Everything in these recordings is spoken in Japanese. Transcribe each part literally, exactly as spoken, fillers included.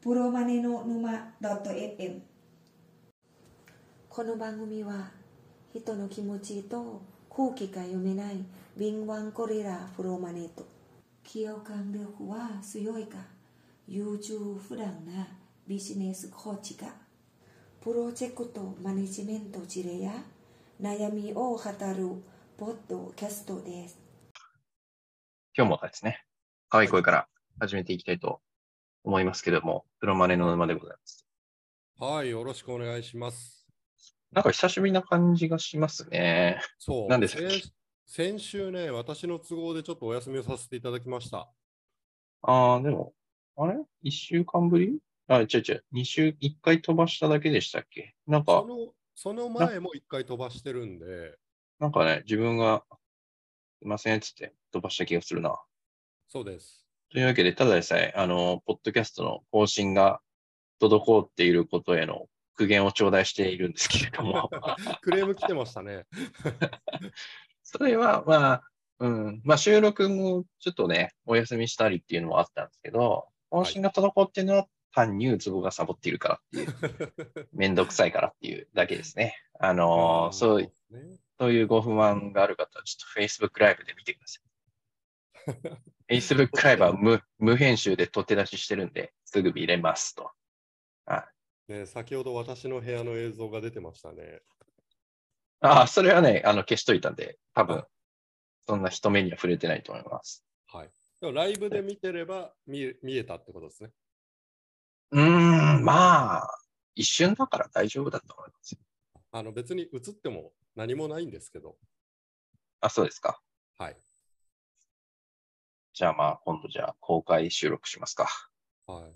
プロマネの沼 .fm。 この番組は人の気持ちと空気が読めない敏腕ゴリラプロマネと共感力は強いか優柔不断なビジネスコーチがプロジェクトマネジメント事例や悩みを語るポッドキャストです。 今日もですね、可愛い声から始めていきたいと思いますけれども、プロマネの沼でございます。 はい、よろしくお願いします。 なんか久しぶりな感じがしますね。 そう、 何でしたっけ？ 先先週ね、私の都合でちょっとお休みをさせていただきました。 ああ、でも、あれ ?いっ 週間ぶりあ、違う違う。に週、いっかい飛ばしただけでしたっけ？なんか、 そのその前もいっかい飛ばしてるんで、 なんかね、自分が、すいませんっつって飛ばした気がするな。 そうです。 というわけで、ただでさえ、あの、ポッドキャストの更新が滞っていることへの苦言を頂戴しているんですけれども。 クレーム来てましたね。 それは、まあ、うん、まあ収録もちょっとね、お休みしたりっていうのもあったんですけど、更新が滞っているのは単にウツボがサボっているからっていう、めんどくさいからっていうだけですね。あのーそう、 ね、 そういうご不満がある方は、ちょっと Facebook ライブで見てください。Facebook ライブは無無編集で取って出ししてるんで、すぐ見れますと。あね、先ほど私の部屋の映像が出てましたね。 あ、それはね、あの消しといたんで、多分、そんな人目には触れてないと思います。 はい。でもライブで見てれば見見えたってことですね。 うーん、まあ、一瞬だから大丈夫だと思います。 あの別に映っても何もないんですけど。 あ、そうですか。 はい。 じゃあまあ、今度じゃあ公開収録しますか。 はい。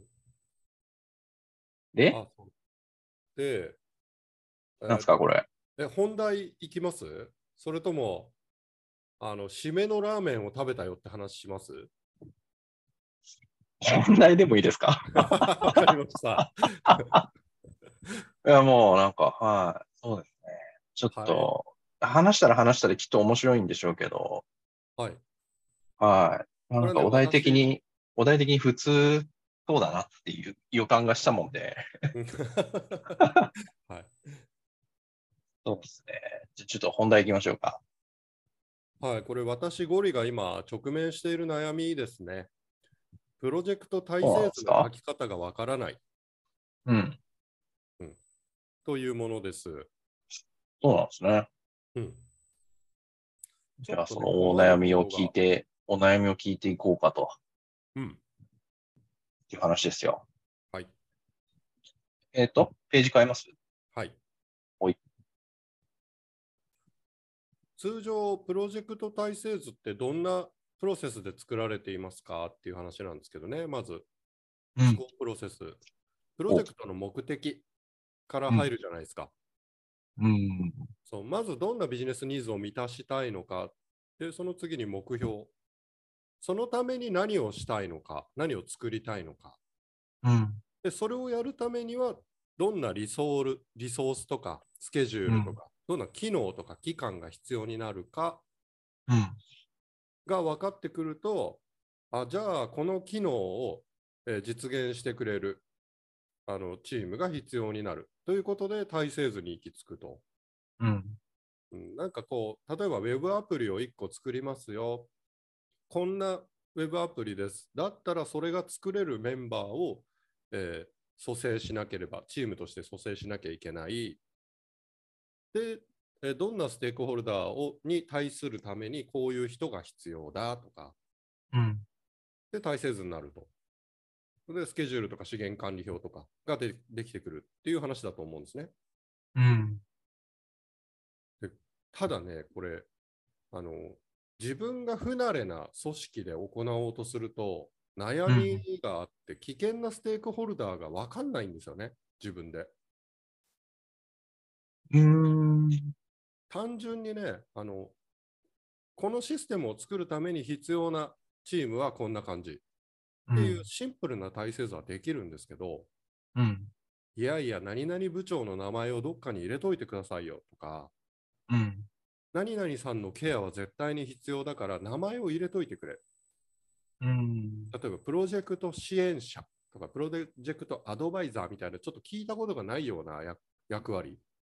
で、 あ、そうで、 なんですか、これ。 え、本題いきます？それとも、あの、締めのラーメンを食べたよって話します？ 本題でもいいですか？ わかりました。 いや、もうなんか、はい、そうですね。ちょっと、はい、話したら話したできっと面白いんでしょうけど、 はい。 はい。なんかお題的に、 ね、 お題的に普通そうだなっていう予感がしたもんで。 はい。 そうですね。じゃちょっと本題いきましょうか。 はい、これ私ゴリが今直面している悩みですね。プロジェクト体制図の書き方がわからない。 うん。 うん。というものです。 そうなんですね。 うん。 じゃあ、そのお悩みを聞いて、お悩みを聞いていこうかと。 うん。 っていう話ですよ。 はい。 えっと、ページ変えます？ はい。 おい。 通常、プロジェクト体制図ってどんなプロセスで作られていますかっていう話なんですけどね。まず、思考プロセス。うん、プロジェクトの目的から入るじゃないですか。 うん。うん、 そう、まずどんなビジネスニーズを満たしたいのか。で、その次に目標。そのために何をしたいのか、何を作りたいのか。 うん、 で、それをやるためには、どんなリソール、リソースとか、スケジュールとか、うん、どんな機能とか期間が必要になるか、うん、が分かってくると、あ、じゃあ、この機能を、えー、実現してくれるあのチームが必要になるということで、体制図に行き着くと。うん、うん、なんかこう、例えば Web アプリをいっこ作りますよ。こんな Web アプリです。だったら、それが作れるメンバーを、えー、蘇生しなければ、チームとして蘇生しなきゃいけない。で、えどんなステークホルダーをに対するためにこういう人が必要だとか、うん、で、体制図になると。で、スケジュールとか資源管理表とかが で, できてくるっていう話だと思うんですね。うん、でただね、これあの、自分が不慣れな組織で行おうとすると、悩みがあって、危険なステークホルダーが分かんないんですよね、自分で。 うーん。 単純にね、あの、このシステムを作るために必要なチームはこんな感じっていうシンプルな体制図はできるんですけど、うん、いやいや、何々部長の名前をどっかに入れといてくださいよとか、うん、何々さんのケアは絶対に必要だから名前を入れといてくれ。うん、例えばプロジェクト支援者とかプロジェクトアドバイザーみたいなちょっと聞いたことがないような役割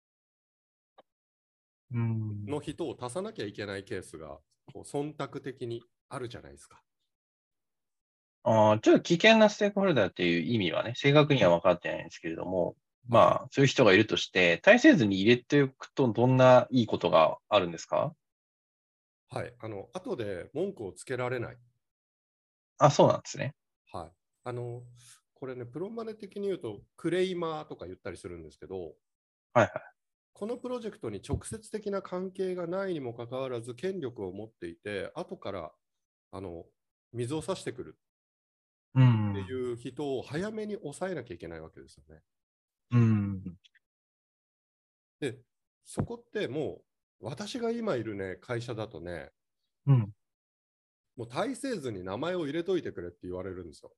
の人を足さなきゃいけないケースがこう忖度的にあるじゃないですか。 ああ、ちょっと危険なステークホルダーっていう意味はね、正確には分かってないんですけれども、まあ、そういう人がいるとして、大成図に入れておくとどんないいことがあるんですか？ はい。あの、後で文句をつけられない。 あ、そうなんですね。 はい。あの、これね、プロマネ的に言うと、クレイマーとか言ったりするんですけど、 はいはい。 このプロジェクトに直接的な関係がないにもかかわらず、権力を持っていて、後からあの水を差してくるっていう人を早めに抑えなきゃいけないわけですよね。 うん。 で、そこってもう、私が今いるね、会社だとね、 うん。 もう大成図に名前を入れといてくれって言われるんですよ。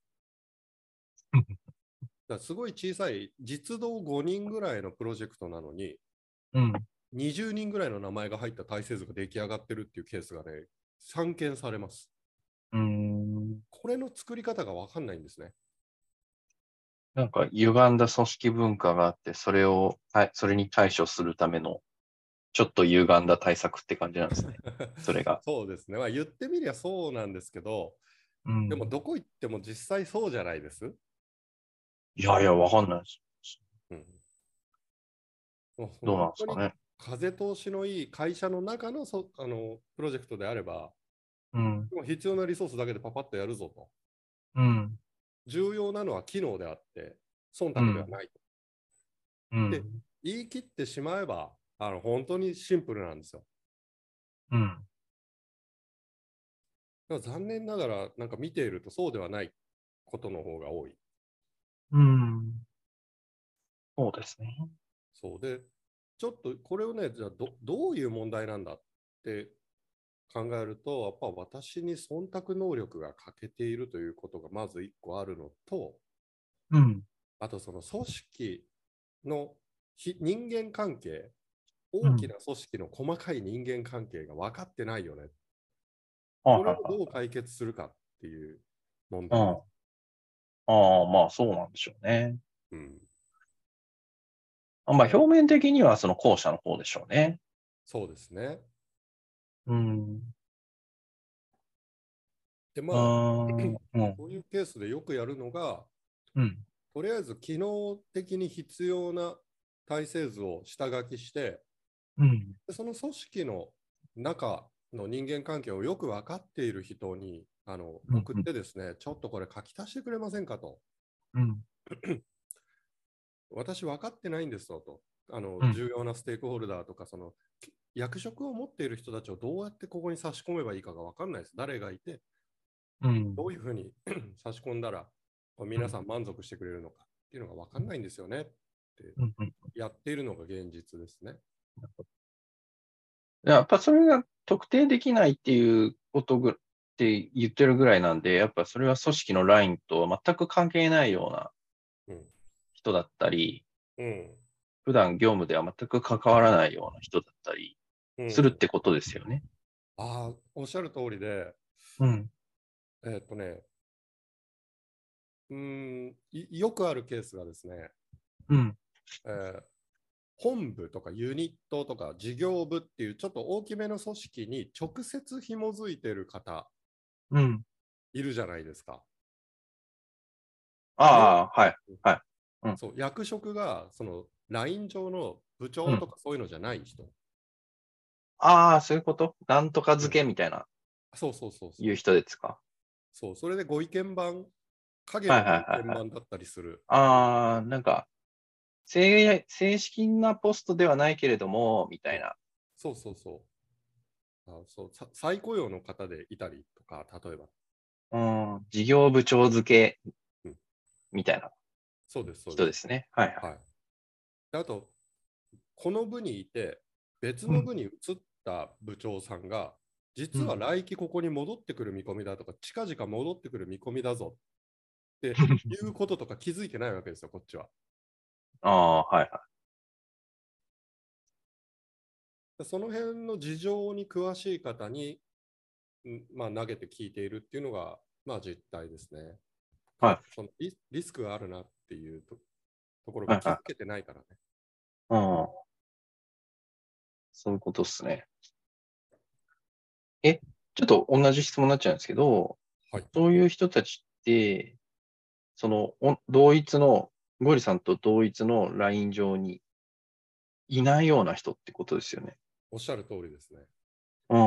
だからすごい小さい、実動ごにんぐらいのプロジェクトなのに、 うん。 にじゅうにんぐらいの名前が入った大成図が出来上がってるっていうケースがね、散見されます。 うん。 これの作り方が分かんないんですね。 なんか、歪んだ組織文化があって、それを、はい、それに対処するための、ちょっと歪んだ対策って感じなんですね。それが。 そうですね。まあ、言ってみりゃそうなんですけど、 うん、 でもどこ行っても実際そうじゃないです。 いやいや、わかんないです。 うん、もうどうなん本当にですかね。 風通しのいい会社の中のそあのプロジェクトであれば、 うん。 もう必要なリソースだけでパパッとやるぞと。 うん。 重要なのは機能であって、忖度ではないと。 うん。 で、言い切ってしまえば、あの本当にシンプルなんですよ。 うん。 だから残念ながら、なんか見ているとそうではないことの方が多い。 うん。そうですね。 そうで、ちょっとこれをね、じゃあどどういう問題なんだって考えると、やっぱ私に忖度能力が欠けているということがまず一個あるのと、 うん。 あとその組織のひ人間関係、 うん。 大きな組織の細かい人間関係が分かってないよね。 はいこれをはいはどう解決するかっていう問い。う題です。 ん。ああ、まあそうなんでしょうね。 うん、 あまあ表面的にはその後者の方でしょうね。 そうですね。 うん。 で、 うまあ、 ーん。うん。 こういうケースでよくやるのが、 うん。 とりあえず機能的に必要な体制図を下書きして、 うん。 でその組織の中の人間関係をよく分かっている人にあのうん。 送ってですね、ちょっとこれ書き足してくれませんかと。 うん。 私分かってないんですよと。あのうん。 重要なステークホルダーとか、その役職を持っている人たちをどうやってここに差し込めばいいかが分かんないです。誰がいて、 うん。 どういうふうに差し込んだら皆さん満足してくれるのかっていうのが分かんないんですよねってうん。うん。 やっているのが現実ですね。 やっぱそれが特定できないっていうことぐって言ってるぐらいなんで、やっぱそれは組織のラインと全く関係ないようなうん人だったり、 うん普段業務では全く関わらないような人だったりするっうん、 てことですよね。 ああ、おっしゃる通りで、 うん。 えーっとね、うーんいよくあるケースがですね、 うん。 えー本部とかユニットとか事業部っていうちょっと大きめの組織に直接紐づいてる方うん。 いるじゃないですか。で、 ああ、はい。はい。うん。 そう役職がそのライン上の部うん。 長とかそういうのじゃない人。 ああ、そういうことなんとかうん、 付けみたいな、 そうそうそうそう。 いう人ですか？ そう、それでご意見番、影はいはいのご意はいはい。 見番だったりする。 ああ、なんか、正、正式なポストではないけれども、みたうん、 いな。 そうそうそう。あ、そう、さ再雇用の方でいたりとか、例えば。 うん。事業部長付けうん、 みたいなそうです、そうです。 人ですね。はいはい。 はい。であと、この部にいて、別うん。 の部に移った部長さんが、実はうん。 来期ここに戻ってくる見込みだとか、近々戻ってくる見込みだぞっていうこととか気づいてないわけですよ、こっちは。 ああ、はいはでその辺の事情に詳しい方に、んまあ、投げて聞いているっていうのが、まあ、実態ですね。 はい。 その リ, リスクがあるなっていう と, ところはいはい。 が気づけてないからね。 うん。そういうことですね。え、ちょっと同じ質問になっちゃうんですけど、 はい。 そういう人たちって、その、お同一の、ゴリさんと同一のライン上にいないような人ってことですよね。 おっしゃる通りですね。 うん。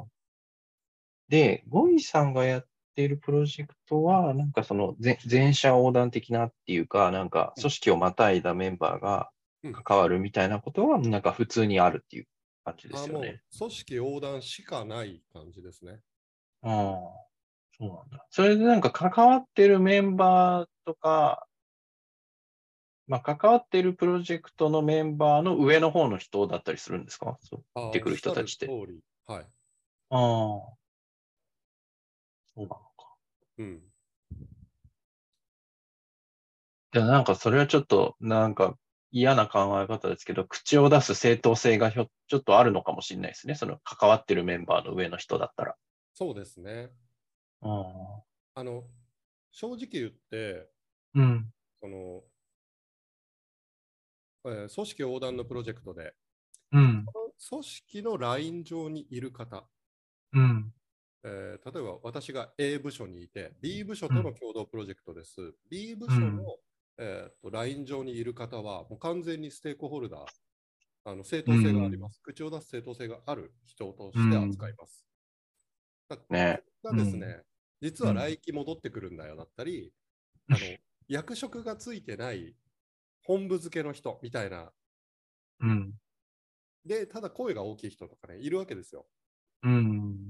で、ゴリさんがやっているプロジェクトは、なんかその全、全社横断的なっていうか、なんかうん。 組織をまたいだメンバーがうん。 関わるみたいなことは、なんか普通にあるっていう感じであ、もすよね。 う組織横断しかない感じですね。 ああ、そうなんだ。それでなんか関わってるメンバーとか、まあ、関わってるプロジェクトのメンバーの上の方の人だったりするんですか？そう、 あ、 出てくるおっしゃる人たちって。 通り。はい。 ああ、そうなのか。 うん。 じゃあなんかそれはちょっと、なんか嫌な考え方ですけど、口を出す正当性がひょ、ちょっとあるのかもしれないですね。その関わってるメンバーの上の人だったら。 そうですね。 ああ、 あの、正直言って、 うん、 その、えー組織横断のプロジェクトで、 うん、 組織のライン上にいる方、 うん、 えー例えば私が A 部署にいて、B 部署うん、 との共同プロジェクトです。B 部署の、 うん、 えーと、ライン上にいる方は、もう完全にステークホルダー、あの正う当性がありまん、 す。口を出す正当性がある人とうして扱いん、 ます。だこね、 れがうん、 ですね、実うん、 は来期戻ってくるんだよだったり、あの役職がついてない本部付けの人みたいな、 うん、 で、ただ声が大きい人とかね、いるわけですよ。 うん、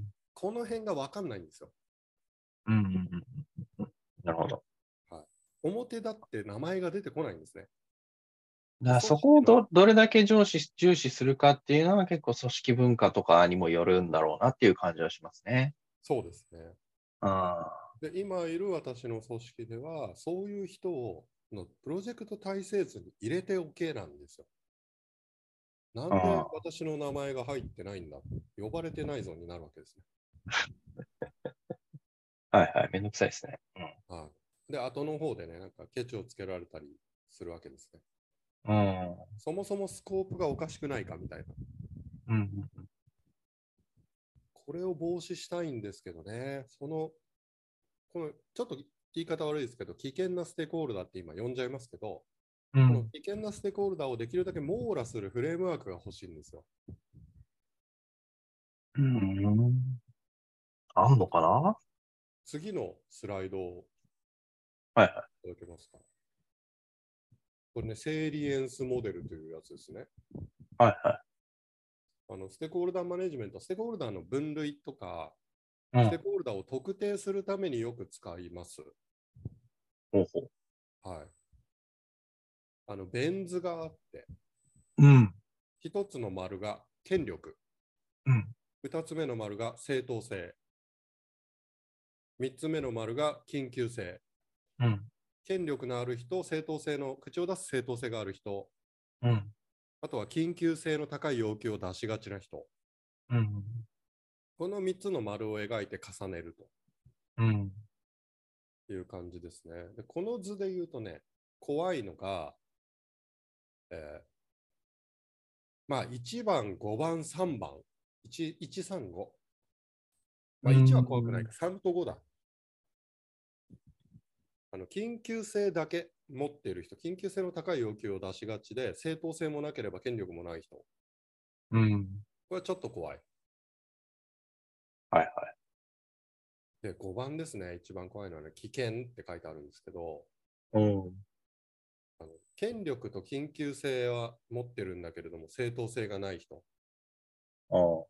この辺が分かんないんですよ。 うん、なるほど。 はい、表だって名前が出てこないんですね。で、 だから組織の、 そこをど、どれだけ重視、重視するかっていうのは結構組織文化とかにもよるんだろうなっていう感じはしますね。 そうですね。 あで、今いる私の組織では、そういう人をのプロジェクト体制図に入れておけなんですよ。なあ、 んであ私の名前が入ってないんだ、呼ばれてないぞになるわけですね。 あ、はいはい、めんどくさいですね。 はい、で、後の方でね、なんかケチをつけられたりするわけですね。 うん。うん。 そもそもスコープがおかしくないかみたいな。 うん。 これを防止したいんですけどね、その、このちょっと言い方悪いですけど、危険なステークホルダーって今呼んじゃいますけど、このうん。 危険なステークホルダーをできるだけ網羅するフレームワークが欲しいんですよ。 うん。あんのかな？は次のスライドをいはいただけますか。これね、セーリエンスモデルというやつですね。 い。はいはあのステークホルダーマネジメント、ステークホルダーの分類とか、 い。うん。 ステークホルダーを特定するためによく使います。 ほうほはい。あの、ベン図があって、 う。うん。 一つの丸が権力、 うん。 二つ目の丸が正当性、三つ目の丸が緊急性。 うん。 権力のある人、正当性の、口を出す正当性がある人、 うん。 あとは緊急性の高い要求を出しがちな人。 うん。 このみっつの丸を描いて重ねるうん。 という感じですね。で、この図で言うとね、怖いのが、えーまあ、いちばん、ごばん、さんばん、いち、いち、さん、ご。まあ、いちは怖くないか、さんとごだ。あの緊急性だけ持っている人、緊急性の高い要求を出しがちで、正当性もなければ権力もない人、こうん。 れはちょっと怖い。 はいはで、ごばんですね、一番怖いのはね、危険って書いてあるんですけど、 い。うん。 あの権力と緊急性は持ってるんだけれども、正当性がない人。 ああ。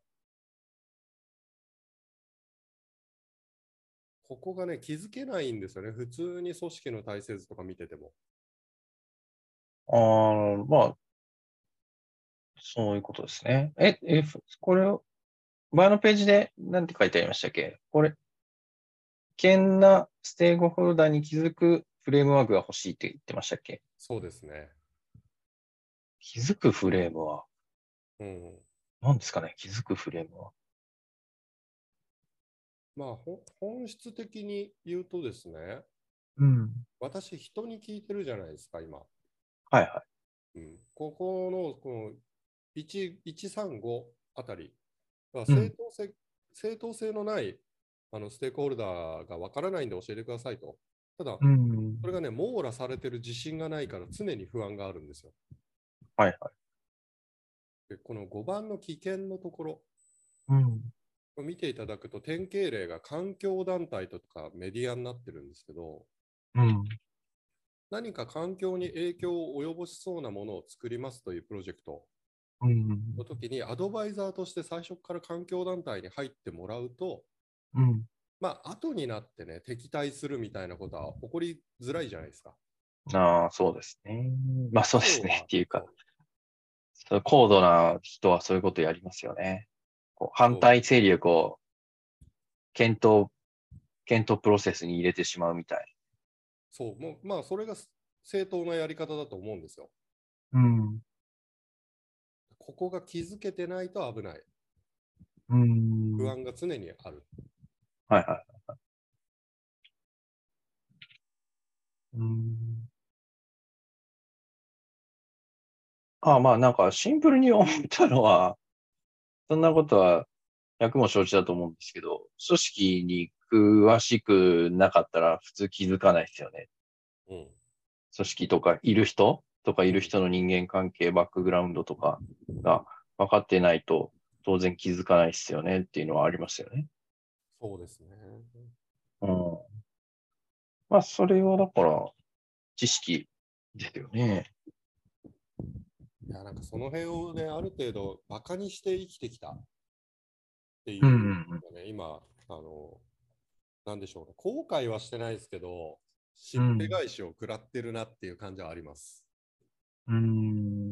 ここがね、気づけないんですよね。普通に組織の体制図とか見てても。 ああ、まあ、そういうことですね。え、え、これを、前のページで、なんて書いてありましたっけ？これ、危険なステークホルダーに気づくフレームワークが欲しいって言ってましたっけ？ そうですね。 気づくフレームワーク。 うん。 何ですかね？気づくフレームワーク。 まあ、ほ本質的に言うとですね、 うん。 私、人に聞いてるじゃないですか、今。 はいはうん、ここの、このいち、いちさんごあたりはい。うん。 正当性、正当性のないあのステークホルダーがわからないんで教えてくださいと。ただ、 うん。 それがね、網羅されてる自信がないから常に不安があるんですよ。 はいはい。 でこのごばんの危険のところうん。 を見ていただくと、典型例が環境団体とかメディアになってるんですけど、 うん。 何か環境に影響を及ぼしそうなものを作りますというプロジェクトうん。 の時に、アドバイザーとして最初から環境団体に入ってもらうと、 うん。 まあ、後になってね、敵対するみたいなことは起こりづらいじゃないですか。 ああ、そうですね。まあそうですね。 要は、 っていうか、 そうそう高度な人はそういうことやりますよね。こう反そう対勢力を検討、検討プロセスに入れてしまうみたい。 そう、もう、まあ、それが正当なやり方だと思うんですよ。 うん。 ここが気づけてないと危ない。 うん。 不安が常にある。 はいはい。うん。ああ、まあなんかシンプルに思ったのは、そんなことは百も承知だと思うんですけど、組織に詳しくなかったら普通気づかないですよね。 うん。 組織とかいる人とかいうん。 る人の人間関係、バックグラウンドとかが分かってないと当然気づかないですよねっていうのはありますよね。 そうですね。 うん。まあそれはだから知識ですよね。 いや、なんかその辺をね、ある程度、バカにして生きてきたってうんういうんのがね、今、あの、なんでしょうね。後悔はしてないですけど、しっぺうん。 返しを食らってるなっていう感じはあります。 うん。うん。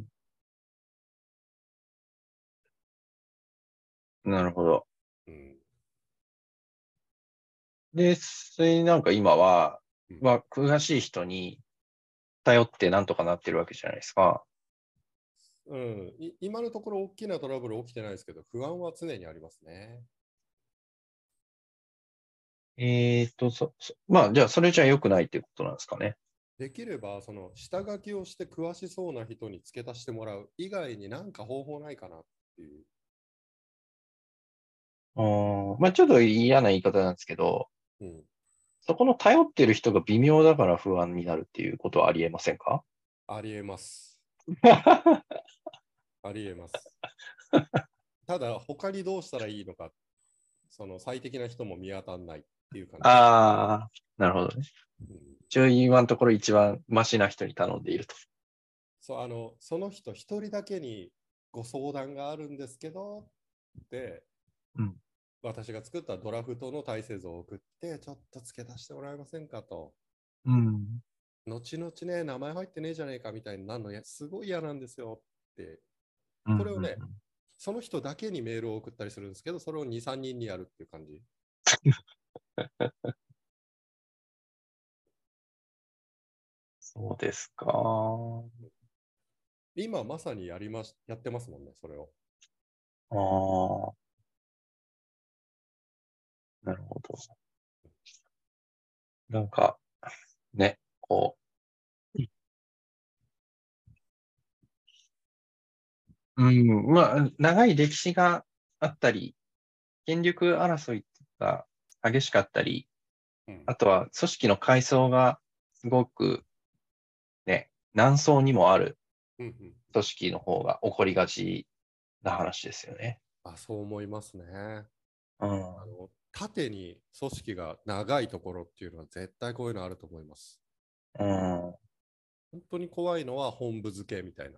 なるほど。 うん。 で、それになんか今は、 うん。 まあ、詳しい人に頼ってなんとかなってるわけじゃないですか。 うん、い今のところ大きなトラブル起きてないですけど、不安は常にありますね。 えーと、そ、そまあ、じゃあ、それじゃ良くないっていうことなんですかね。 できれば、その下書きをして詳しそうな人に付け足してもらう以外に何か方法ないかなっていう。 あーまあ、ちょっと嫌な言い方なんですけど、 うん、 そこの頼ってる人が微妙だから不安になるっていうことはありえませんか？ ありえます。ありえます。ただ、他にどうしたらいいのか、その最適な人も見当たらないっていう感じです。 ああ、なるほどね。 うん、 一応今のところ一番マシな人に頼んでいると。 そう、あの、その人一人だけにご相談があるんですけどって、 うん。 私が作ったドラフトの体制図を送って、ちょっと付け足してもらえませんかと。 うん。 後々ね、名前入ってねえじゃねえかみたいになるのや、すごい嫌なんですよって。 うん。うん。 それをね、その人だけにメールを送ったりするんですけど、それをに、さんにんにやるっていう感じ。 そうですか。あ今まさにやりまし、やってますもんね、それを。 あ、なるほど。なんか、ね、こう、うん、まあ、長い歴史があったり、権力争いが激しかったり、 うん。 あとは組織の階層がすごくね、何層にもあるうんうん。 組織の方が起こりがちな話ですよね。 あ、そう思いますね。 うん。 あの、縦に組織が長いところっていうのは絶対こういうのあると思います。 うん。 本当に怖いのは本部付けみたいな。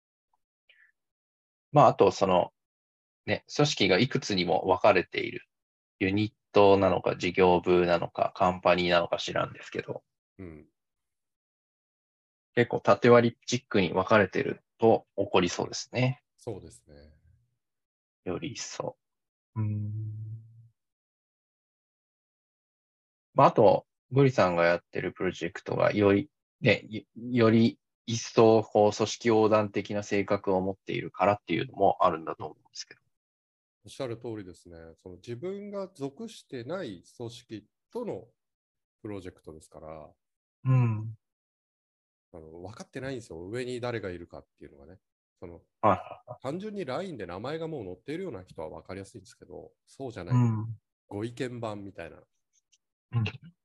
まあ、あと、その、ね、組織がいくつにも分かれている。ユニットなのか、事業部なのか、カンパニーなのか知らんですけど、 うん。 結構縦割りチックに分かれてると起こりそうですね。 そうですね。 より一層。うん。まあ、あと、ブリさんがやってるプロジェクトがより、ね、よより一層、こう、組織横断的な性格を持っているからっていうのもあるんだうん、 と思うんですけど。 おっしゃる通りですね。その自分が属してない組織とのプロジェクトですから、 うん。 あの分かってないんですよ、上に誰がいるかっていうのがね。そのはい。 単純に ライン で名前がもう載っているような人は分かりやすいんですけど、そうじゃない、 うん。 ご意見番みたいな。 うん。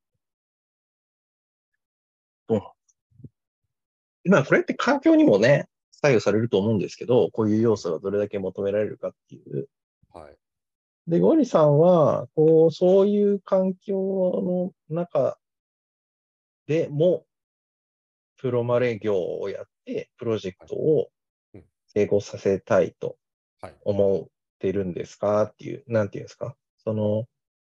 そう。まあ、これって環境にもね、左右されると思うんですけど、こういう要素がどれだけ求められるかっていう。 はい。 で、ゴリさんは、こう、そういう環境の中でも、プロマネ業をやって、プロジェクはい。 トをうん、 成功させたいとはい。 思ってるんですかっていう、なんていうんですか。その、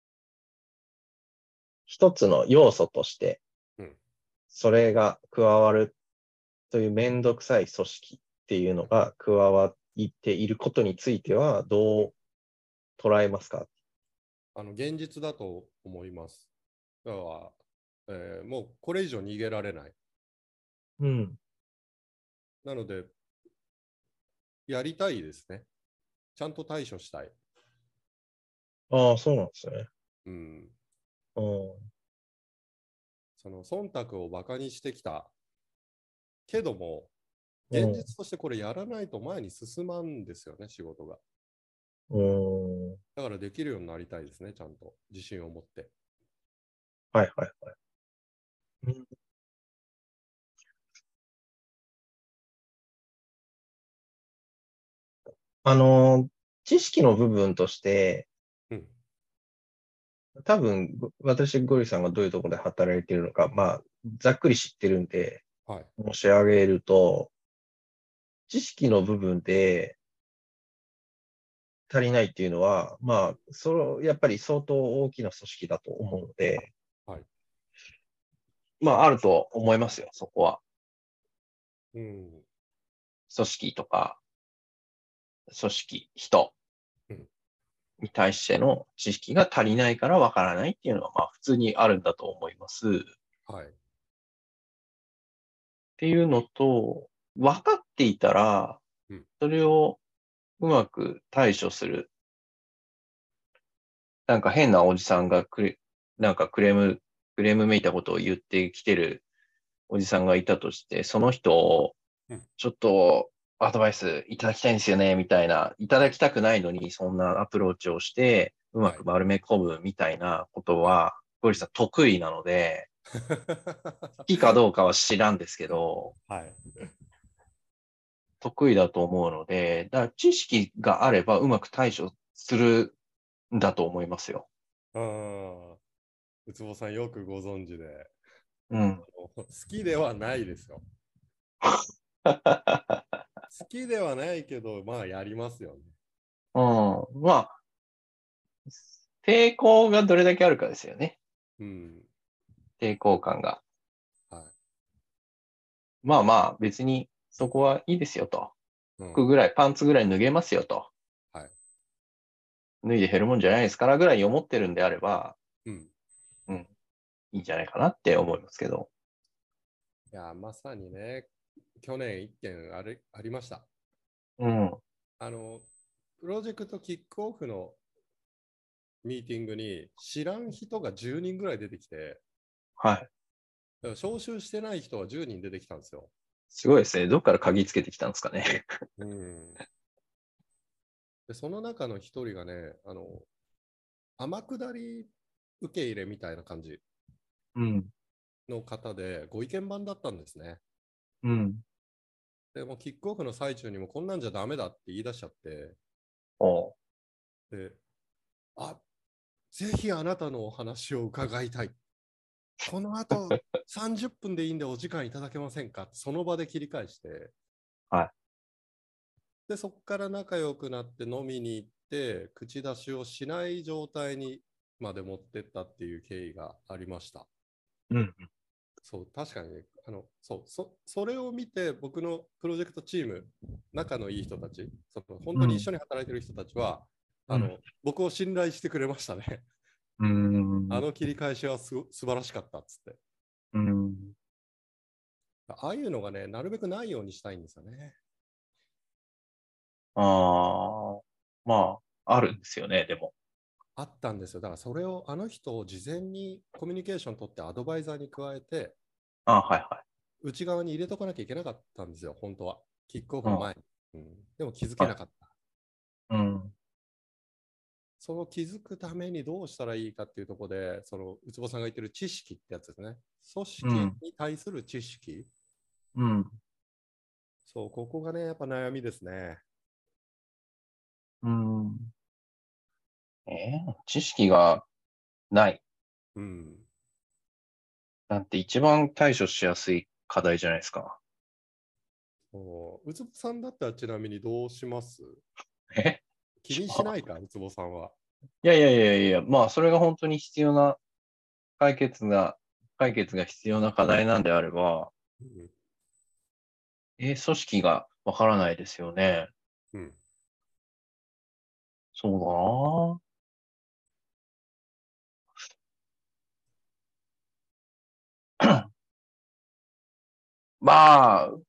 一つの要素として、 うん。 それが加わるというめんどくさい組織っていうのが加わっていることについては、 うん、 どう捉えますか？ あの現実だと思います。だから、えーもうこれ以上逃げられない。 うん。 なので、やりたいですね。ちゃんと対処したい。 ああ、そうなんですね。 うん。 うん。 その忖度をバカにしてきたけども、 うん。 現実としてこれやらないと前に進まんですよね、仕事が。 うん。 だからできるようになりたいですね、ちゃんと。自信を持って。 はいはいはい。うん。あの、知識の部分として、 うん。 多分、ご私、ゴリさんがどういうところで働いているのか、まあ、ざっくり知ってるんで、 はい。 申し上げると、知識の部分で足りないっていうのは、まあ、その、やっぱり相当大きな組織だと思うので、 はい。 まあ、あると思いますよ、そこは。 うん。 組織とか、組織、人うん。 に対しての知識が足りないからわからないっていうのは、まあ、普通にあるんだと思います。っはい。 ていうのと、分かっていたら、 うん。 それをうまく対処する。なんか変なおじさんがクレ、なんかクレーム、クレームめいたことを言ってきてるおじさんがいたとして、その人をうん。 ちょっとアドバイスいただきたいんですよね、みたいな。いただきたくないのに、そんなアプローチをして、うまはい。 く丸め込むみたいなことはい。 は、ゴリさん得意なので、好きかどうかは知らんですけど、 はい。 得意だと思うので、だから知識があればうまく対処するんだと思いますよ。 ああ、ウツボさんよくご存知で、 うん。 好きではないですよ。好きではないけど、まあやりますよね。 うん。まあ、抵抗がどれだけあるかですよね。 うん。 抵抗感が。 はい。 まあまあ、別にそこはいいですよと。 うん。 服ぐらい、パンツぐらい脱げますよと。 はい。 脱いで減るもんじゃないですからぐらい思ってるんであれば、 うん。 うん、いいんじゃないかなって思いますけど。 いや、まさにね、去年一件あれありました。 うん。 あの、プロジェクトキックオフのミーティングに知らん人がじゅうにんぐらい出てきて、 はい。 だから招集してない人はじゅうにん出てきたんですよ。 すごいですね。どっから鍵つけてきたんですかね。 うん。で、その中の一人がね、あの、天下り受け入れみたいな感じうん。 の方で、ご意見番だったんですね。 うん。 でもうキックオフの最中にもこんなんじゃダメだって言い出しちゃって、 おう。 で、あ、ぜひあなたのお話を伺いたい。この後さんじゅっぷんでいいんでお時間いただけませんかってその場で切り返して、 はい。 で、そこから仲良くなって飲みに行って、口出しをしない状態にまで持ってったっていう経緯がありました。 うん。 そう、確かにね、あの、そう、そ、それを見て、僕のプロジェクトチーム、仲のいい人たち、その本当に一うん。 緒に働いてる人たちは、 うん。 あの、僕を信頼してくれましたね。 うん。 あの切り返しはす素晴らしかったっつって。 うん。 ああいうのがね、なるべくないようにしたいんですよね。 ああ、まあ、あるんですよね、でも。 あったんですよ。だからそれを、あの人を事前にコミュニケーション取ってアドバイザーに加えて、 あ、はいはい。 内側に入れとかなきゃいけなかったんですよ、本当は。キックオフうん。 の前に。うん、でも気づけはい。 なかった。 うん。 その気づくためにどうしたらいいかっていうところで、そのウツボさんが言ってる知識ってやつですね。組織うん。 に対する知識。 うん。 そう、ここがね、やっぱ悩みですね。 うん。えー知識がないうん。 なんて一番対処しやすい課題じゃないですか。 おウツボさんだったらちなみにどうします？ え気にしないか、ウツボさんは。 いやいやいやいや、まあ、それが本当に必要な解決が、解決が必要な課題なんであれば、 うん。 えー組織がわからないですよね。 うん。 そうだな。まあ、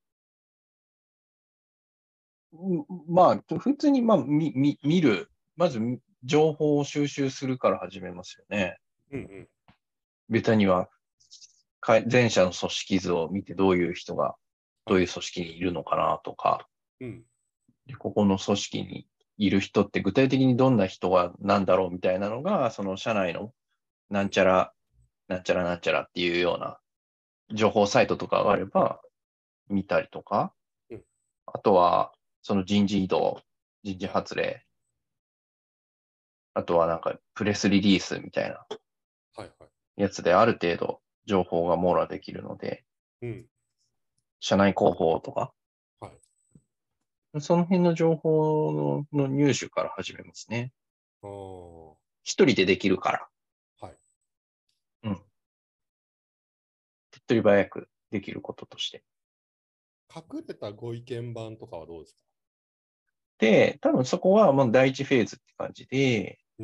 うんまあ、普通に、まあ、み、み、見る。まず、情報を収集するから始めますよね。 うんうん。 ベタには、か前者の組織図を見てどういう人が、どはい。 ういう組織にいるのかなとか、 うん。 でここの組織にいる人って具体的にどんな人がなんだろうみたいなのが、その社内のなんちゃら、なんちゃらなんちゃらっていうような情報サイトとかがあれば見たりとか、 うん。 あとはその人事異動、人事はい。 発令、あとはなんかプレスリリースみたいなはいはい。 やつである程度情報が網羅できるので、 うん。 社内広報とか、 はい。 その辺の情報のの入手から始めますね。 ああ。 一人でできるから。 はい。 うん。手っ取り早くできることとして。 隠れたご意見番とかはどうですか？ で、多分そこはもう第一フェーズって感じで、 うん。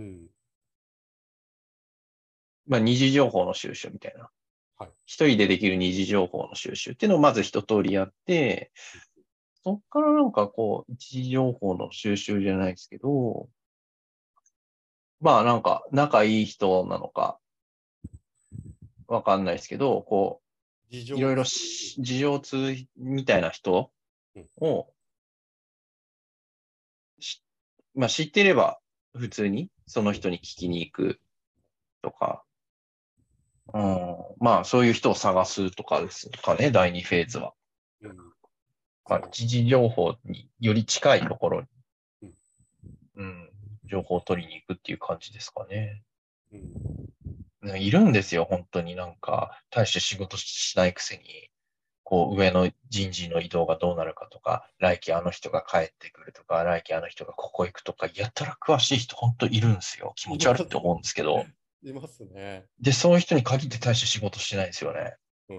まあ二次情報の収集みたいな。 はい。 一人でできる二次情報の収集っていうのをまず一通りやって、そっからなんかこう、一次情報の収集じゃないですけど、まあなんか仲いい人なのかわかんないですけど、こう、いろいろ事情通。 し事情通みたいな人うん。 を、しまあ知ってれば普通にそのうん。 人に聞きに行くとか、うん、まあそういう人を探すとかですかね、だいにフェーズは。 うん。 まあ、一時情報により近いところに、 うん。 うん、情報を取りに行くっていう感じですかね。 うん。 ねいるんですよ、本当になんか、大して仕事しないくせに、こう、上の人事の移動がどうなるかとか、来期あの人が帰ってくるとか、来期あの人がここ行くとか、やたら詳しい人本当いるんですよ。気持います。 ち悪いって思うんですけど。 いますね。 で、そういう人に限って大して仕事してないんですよね。 うん。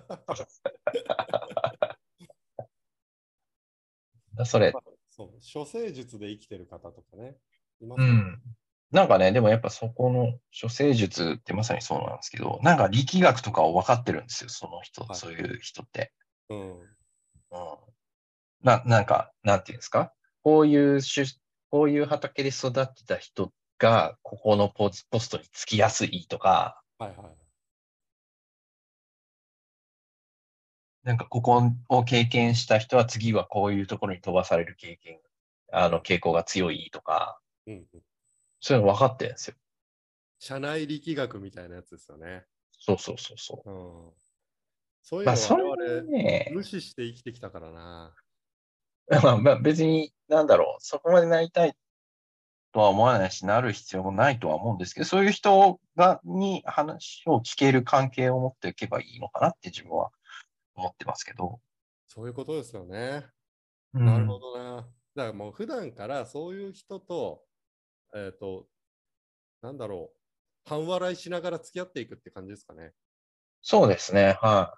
それ、 まあ、そう、処世術で生きてる方とかね、いますもん。 うん。なんかね、でもやっぱそこの処世術ってまさにそうなんですけど、なんか力学とかを分かってるんですよ、その人、 はい。 そういう人って。 うん。 うん。な、なんか、なんていうんですかこういう種、こういう畑で育ってた人が、ここのポスポストにつきやすいとか、 はいはい。 なんかここを経験した人は次はこういうところに飛ばされる経験、あのうん。 傾向が強いとか、 うん。うん。 そういうの分かってるんですよ。 社内力学みたいなやつですよね。 そうそうそうそう。 うん。そういうまあ、 の我そんな 々 にね、 無視して生きてきたからな。 まあ、まあ別に、なんだろう、そこまでなりたいとは思わないし、なる必要もないとは思うんですけど、そういう人が、に話を聞ける関係を持っていけばいいのかなって自分は思ってますけど。 そういうことですよね。なるほうん。 どな。だからもう普段からそういう人と、えっと、なんだろう、半笑いしながら付き合っていくって感じですかね。 そうですね。はい。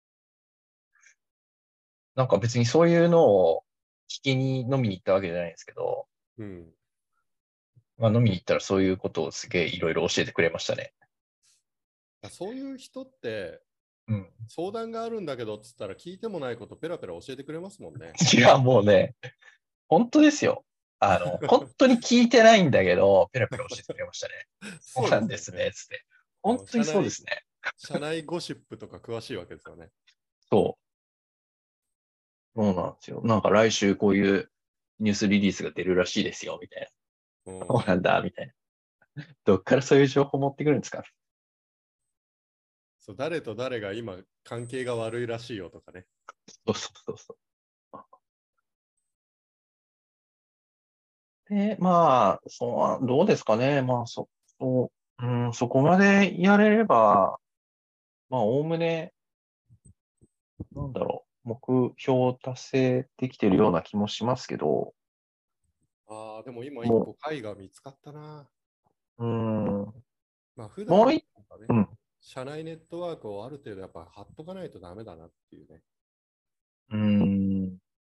なんか別にそういうのを聞きに飲みに行ったわけじゃないんですけど、 うん。 まあ飲みに行ったらそういうことをすげえいろいろ教えてくれましたね。 そういう人ってうん。 相談があるんだけどっつったら聞いてもないことペラペラ教えてくれますもんね。 いや、もうね、本当ですよ。あの、本当に聞いてないんだけど、ペラペラ教えてくれましたね。そうそうなんですね、 ですよね。 つって。 あの本当に社内、 そうですね。 社内ゴシップとか詳しいわけですよね。 そう。そうなんですよ。なんか来週こういうニュースリリースが出るらしいですよ、みたいな。 うん、 そうなんだ、みたいな。どっからそういう情報持ってくるんですか？ そう、誰と誰が今関係が悪いらしいよとかね。 そうそうそうそう。で、まあ、そう、どうですかね。まあ、そ、そう、うん、そこまでやれれば、まあ、おおむね、なんだろう、目標達成できてるような気もしますけど、 ああ、でも今一も個回が見つかったな。 う、うん、 まあ普段もうい、 なんかね、 うん、 社内ネットワークをある程度やっぱ貼っとかないとダメだなっていうね。 うん、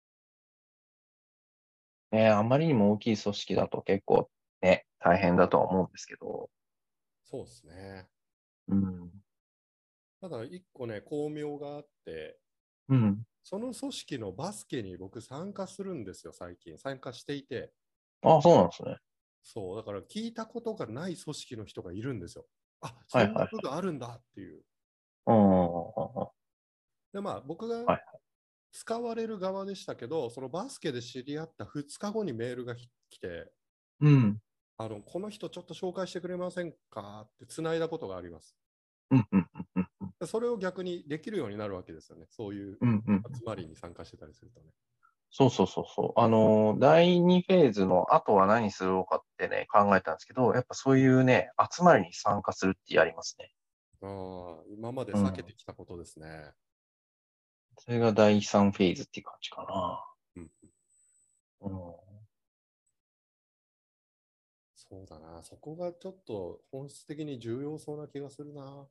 ね、あまりにも大きい組織だと結構ね、大変だとは思うんですけど、 そうですね。 うん、 ただ一個ね、巧妙があって、 うん、 その組織のバスケに僕参加するんですよ、最近。参加していて。 あ、そうなんですね。 そう、だから聞いたことがない組織の人がいるんですよ。あ、 はい、 そんなはい、 部があるんだっていう。 うん、はで、まあ僕がい、 使われる側でしたけど、そのバスケで知り合ったふつかごにメールが来て、 うん、 あの、この人ちょっと紹介してくれませんかってつないだことがあります。 うん、うん、うん、 でそれを逆にできるようになるわけですよね。そういううん、うん。 集まりに参加してたりするとね。 そうそうそうそう。あの、だいにフェーズの後は何するのかってね、考えたんですけど、やっぱそういうね、集まりに参加するってやりますね。 ああ、今まで避けうん。 てきたことですね。 それがだいさんフェーズっていう感じかな。 うん、 うん。 そうだな。そこがちょっと本質的に重要そうな気がするな。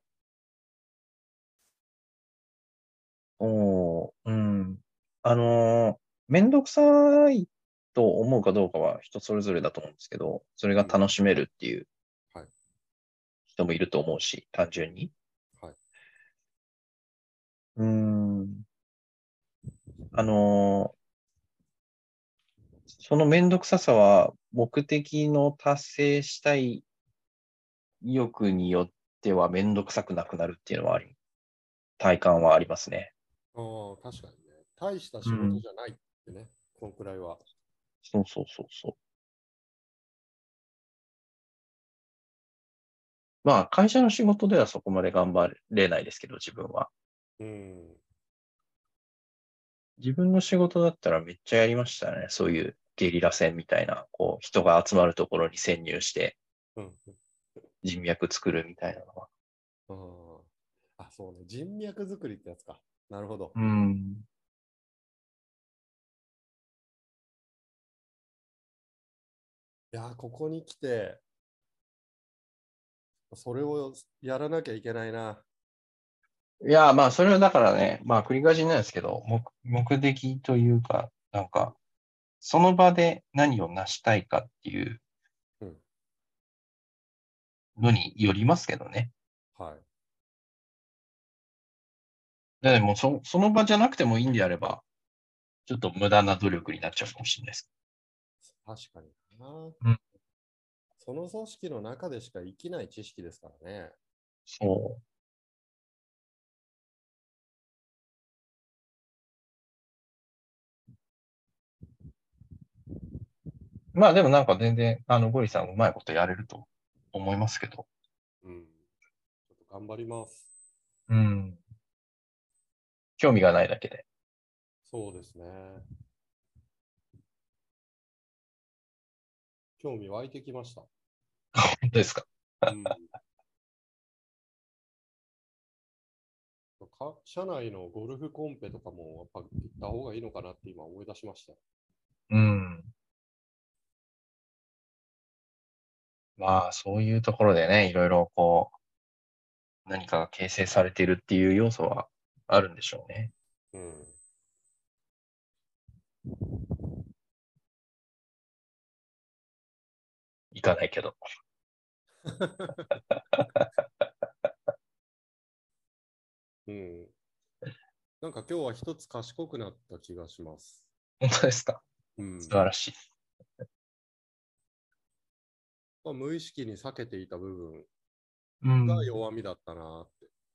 おー、うん。あのーめんどくさいと思うかどうかは人それぞれだと思うんですけど、それがうん。 楽しめるっていうはい。 人もいると思うし、単純に。 はい。 うん。あのーそのめんどくささは目的の達成したい意欲によってはめんどくさくなくなるっていうのはあり、体感はありますね。 ああ、確かにね。大した仕事うん。 じゃないってね、このくらいは。 そうそうそうそう。まあ、会社の仕事ではそこまで頑張れないですけど、自分は。 うん。 自分の仕事だったらめっちゃやりましたね。そういうゲリラ戦みたいな、こう、人が集まるところに潜入してうん。 人脈作るみたいなのは。 ああ、そうね。人脈作りってやつか。なるほど。 うん。 いやー、ここに来て、それをやらなきゃいけないな。 いや、まあ、それはだからね、まあ、繰り返しになるんですけど、目、目的というか、なんか、その場で何を成したいかっていううん。 のによりますけどね。 はい。 でもそ、その場じゃなくてもいいんであれば、ちょっと無駄な努力になっちゃうかもしれないです。 確かにな。 うん。 その組織の中でしか生きない知識ですからね。 そう。まあでもなんか全然、あの、ゴリさんうまいことやれると思いますけど。 うん。ちょっと頑張ります。 うん。興味がないだけで。 そうですね。興味湧いてきました。 本当ですか？ うん。か社内のゴルフコンペとかもやっぱ行った方がいいのかなって今思い出しました。 うん。まあ、そういうところでね、いろいろこう、何かが形成されているっていう要素はあるんでしょうね。 うん。 行かないけど。 うん。なんか今日は一つ賢くなった気がします。 本当ですか？ うん。 素晴らしい。 まあ、無意識に避けていた部分うん。 が弱みだったなって。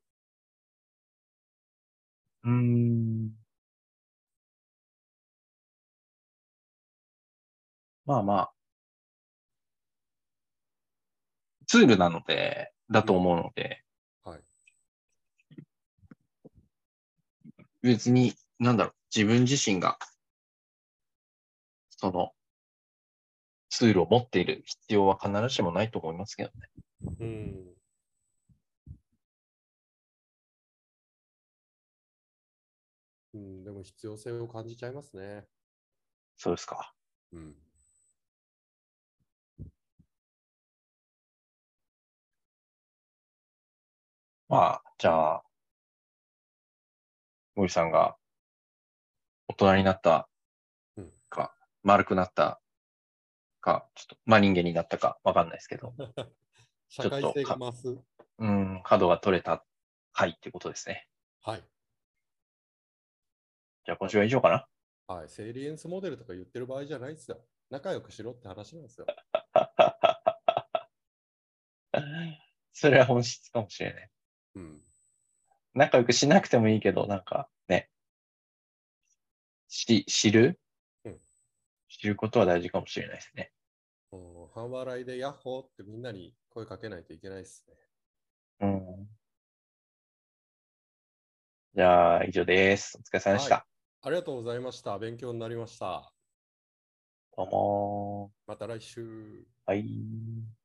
うーん。まあまあ、ツールなので、だと思うので、 はい。 別に、なんだろう、自分自身が、その、ツールを持っている必要は必ずしもないと思いますけどね。 うん。うん、でも必要性を感じちゃいますね。 そうですか。 うん。 まあ、じゃあ、森さんが大人になったうん、 か、丸くなったか、ちょっと、まあ人間になったかわかんないですけど、ちょっ社会性がとか、 増す。 うん、角が取れた回ってことですね。 はい。 じゃあ今週は以上かな。 はい。セイリエンスモデルとか言ってる場合じゃないですよ。仲良くしろって話なんですよ。 それは本質かもしれない。 うん。 仲良くしなくてもいいけど、なんかね、し、知るうん。 知ることは大事かもしれないですね。 もう半笑いでヤッホーってみんなに声かけないといけないですね。 うん。じゃあ以上です。お疲れ様でしはい。 た。 ありがとうございました。勉強になりました。 どうもまた来週。 ー。はい。